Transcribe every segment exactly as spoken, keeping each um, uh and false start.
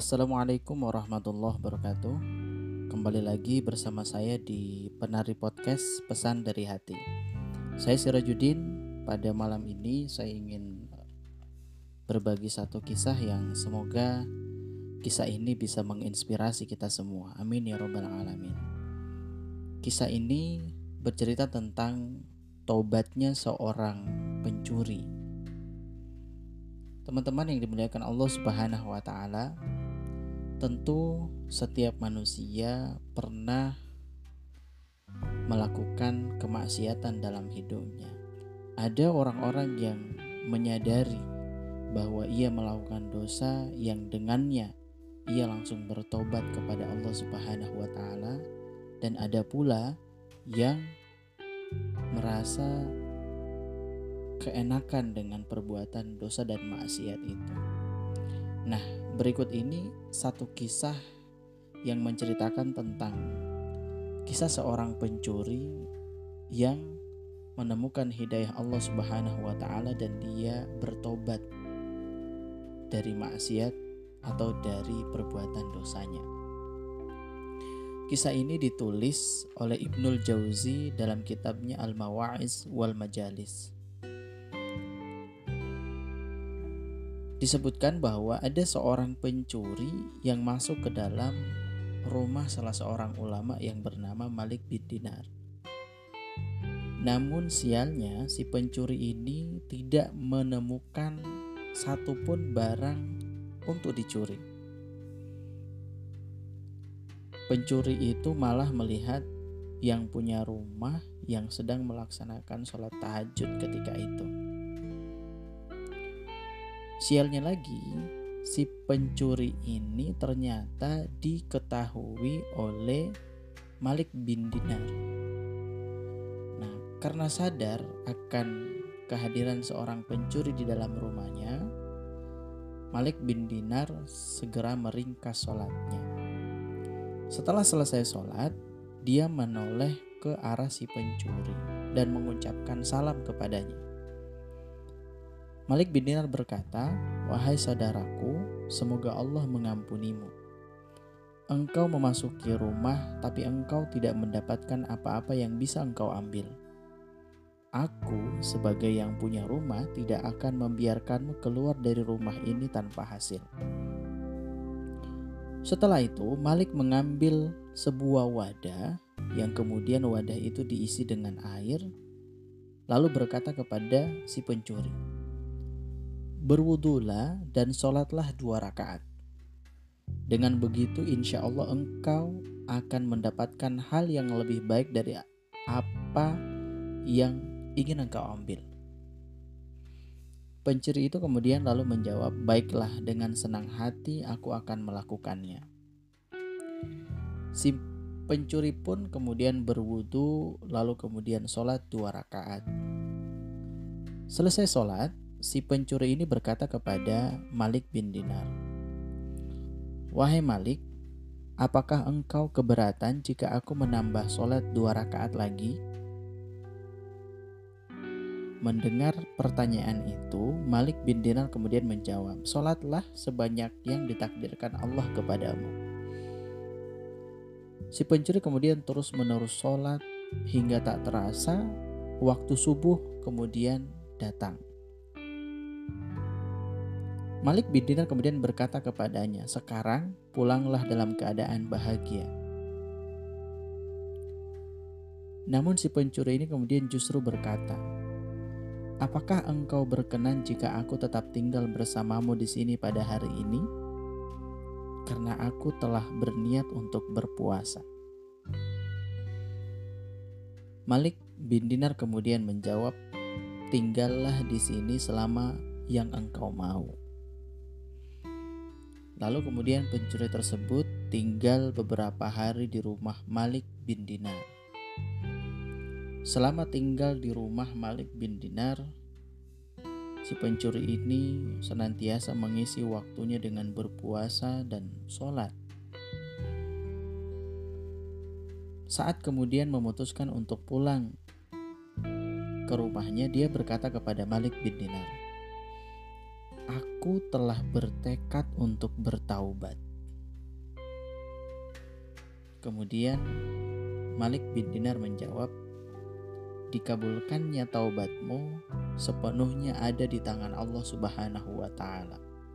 Assalamualaikum warahmatullahi wabarakatuh. Kembali lagi bersama saya di Penari Podcast Pesan dari Hati. Saya Sirajuddin. Pada malam ini saya ingin berbagi satu kisah yang semoga kisah ini bisa menginspirasi kita semua. Amin ya rabbal alamin. Kisah ini bercerita tentang taubatnya seorang pencuri. Teman-teman yang dimuliakan Allah Subhanahu wa taala, tentu setiap manusia pernah melakukan kemaksiatan dalam hidupnya. Ada orang-orang yang menyadari bahwa ia melakukan dosa yang dengannya ia langsung bertobat kepada Allah Subhanahu wa taala, dan ada pula yang merasa keenakan dengan perbuatan dosa dan maksiat itu. Nah, berikut ini satu kisah yang menceritakan tentang kisah seorang pencuri yang menemukan hidayah Allah Subhanahu wa taala dan dia bertobat dari maksiat atau dari perbuatan dosanya. Kisah ini ditulis oleh Ibnul Jauzi dalam kitabnya Al-Mawa'iz wal Majalis. Disebutkan bahwa ada seorang pencuri yang masuk ke dalam rumah salah seorang ulama yang bernama Malik bin Dinar. Namun sialnya si pencuri ini tidak menemukan satupun barang untuk dicuri. Pencuri itu malah melihat yang punya rumah yang sedang melaksanakan sholat tahajud ketika itu. Sialnya lagi, si pencuri ini ternyata diketahui oleh Malik bin Dinar. Nah, karena sadar akan kehadiran seorang pencuri di dalam rumahnya, Malik bin Dinar segera meringkas sholatnya. Setelah selesai sholat, dia menoleh ke arah si pencuri dan mengucapkan salam kepadanya. Malik bin Dinar berkata, "Wahai saudaraku, semoga Allah mengampunimu. Engkau memasuki rumah, tapi engkau tidak mendapatkan apa-apa yang bisa engkau ambil. Aku sebagai yang punya rumah tidak akan membiarkanmu keluar dari rumah ini tanpa hasil." Setelah itu, Malik mengambil sebuah wadah yang kemudian wadah itu diisi dengan air, lalu berkata kepada si pencuri, "Berwudulah dan sholatlah dua rakaat. Dengan begitu insya Allah engkau akan mendapatkan hal yang lebih baik dari apa yang ingin engkau ambil." Pencuri itu kemudian lalu menjawab, "Baiklah, dengan senang hati aku akan melakukannya." Si pencuri pun kemudian berwudu lalu kemudian sholat dua rakaat. Selesai sholat, si pencuri ini berkata kepada Malik bin Dinar, "Wahai Malik, apakah engkau keberatan jika aku menambah sholat dua rakaat lagi?" Mendengar pertanyaan itu, Malik bin Dinar kemudian menjawab, "Sholatlah sebanyak yang ditakdirkan Allah kepadamu." Si pencuri kemudian terus menerus sholat hingga tak terasa waktu subuh kemudian datang. Malik bin Dinar kemudian berkata kepadanya, "Sekarang pulanglah dalam keadaan bahagia." Namun si pencuri ini kemudian justru berkata, "Apakah engkau berkenan jika aku tetap tinggal bersamamu di sini pada hari ini? Karena aku telah berniat untuk berpuasa." Malik bin Dinar kemudian menjawab, "Tinggallah di sini selama yang engkau mau." Lalu kemudian pencuri tersebut tinggal beberapa hari di rumah Malik bin Dinar. Selama tinggal di rumah Malik bin Dinar, si pencuri ini senantiasa mengisi waktunya dengan berpuasa dan sholat. Saat kemudian memutuskan untuk pulang ke rumahnya, dia berkata kepada Malik bin Dinar, "Aku telah bertekad untuk bertaubat. Kemudian Malik bin Dinar menjawab, dikabulkannya taubatmu sepenuhnya ada di tangan Allah Subhanahu wa Ta'ala.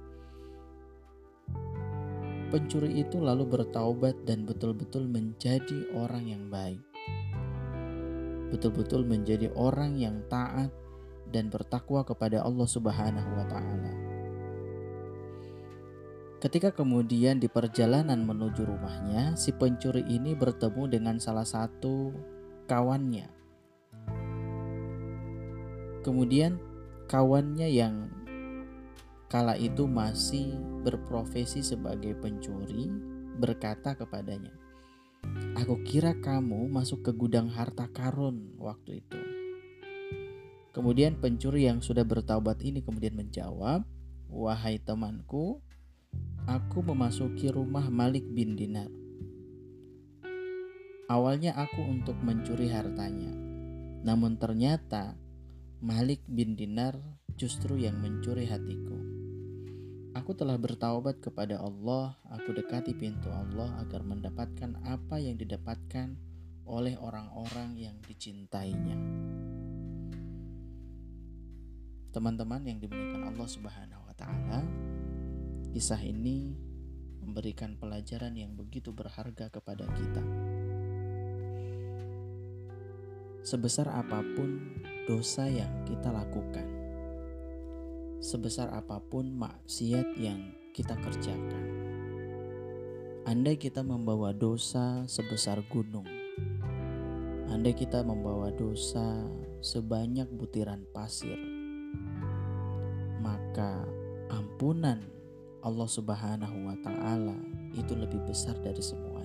Pencuri itu lalu bertaubat dan betul-betul menjadi orang yang baik, betul-betul menjadi orang yang taat dan bertakwa kepada Allah Subhanahu wa Ta'ala. Ketika kemudian di perjalanan menuju rumahnya, si pencuri ini bertemu dengan salah satu kawannya. Kemudian kawannya yang kala itu masih berprofesi sebagai pencuri berkata kepadanya, "Aku kira kamu masuk ke gudang harta karun waktu itu." Kemudian pencuri yang sudah bertaubat ini kemudian menjawab, "Wahai temanku, aku memasuki rumah Malik bin Dinar. Awalnya aku untuk mencuri hartanya, namun ternyata Malik bin Dinar justru yang mencuri hatiku. Aku telah bertaubat kepada Allah, aku dekati pintu Allah agar mendapatkan apa yang didapatkan oleh orang-orang yang dicintainya." Teman-teman yang dimuliakan Allah Subhanahu wa Ta'ala, kisah ini memberikan pelajaran yang begitu berharga kepada kita. Sebesar apapun dosa yang kita lakukan, sebesar apapun maksiat yang kita kerjakan, andai kita membawa dosa sebesar gunung, andai kita membawa dosa sebanyak butiran pasir, maka ampunan Allah Subhanahu wa Ta'ala itu lebih besar dari semuanya.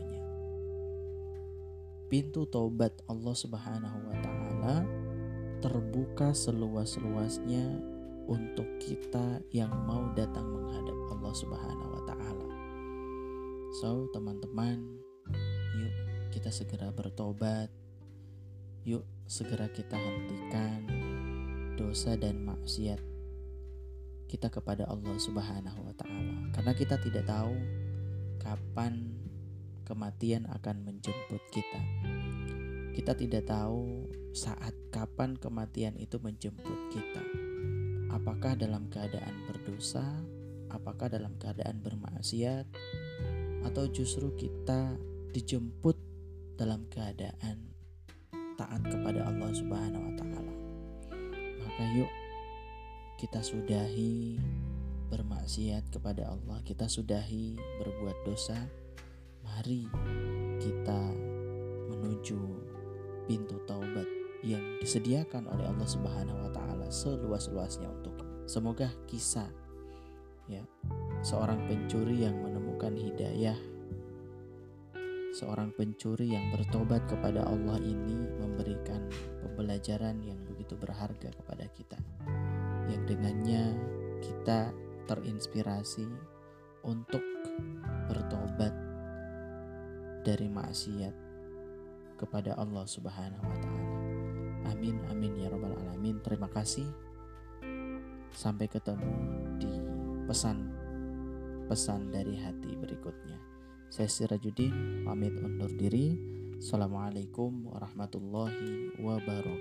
Pintu taubat Allah Subhanahu wa Ta'ala terbuka seluas-luasnya untuk kita yang mau datang menghadap Allah Subhanahu wa Ta'ala. So, teman-teman, yuk kita segera bertobat. Yuk segera kita hentikan dosa dan maksiat kita kepada Allah Subhanahu wa Ta'ala. Karena kita tidak tahu kapan kematian akan menjemput kita. Kita tidak tahu saat kapan kematian itu menjemput kita. Apakah dalam keadaan berdosa, apakah dalam keadaan bermaksiat, atau justru kita dijemput dalam keadaan taat kepada Allah Subhanahu wa Ta'ala. Maka yuk kita sudahi bermaksiat kepada Allah, kita sudahi berbuat dosa. Mari kita menuju pintu taubat yang disediakan oleh Allah Subhanahu wa Ta'ala seluas-luasnya untuk kita. Semoga kisah ya seorang pencuri yang menemukan hidayah, seorang pencuri yang bertobat kepada Allah ini memberikan pembelajaran yang begitu berharga kepada kita, yang dengannya kita terinspirasi untuk bertobat dari maksiat kepada Allah Subhanahu wa Ta'ala. Amin amin ya rabbal alamin. Terima kasih. Sampai ketemu di pesan-pesan dari hati berikutnya. Saya Sirajuddin pamit undur diri. Assalamualaikum warahmatullahi wabarakatuh.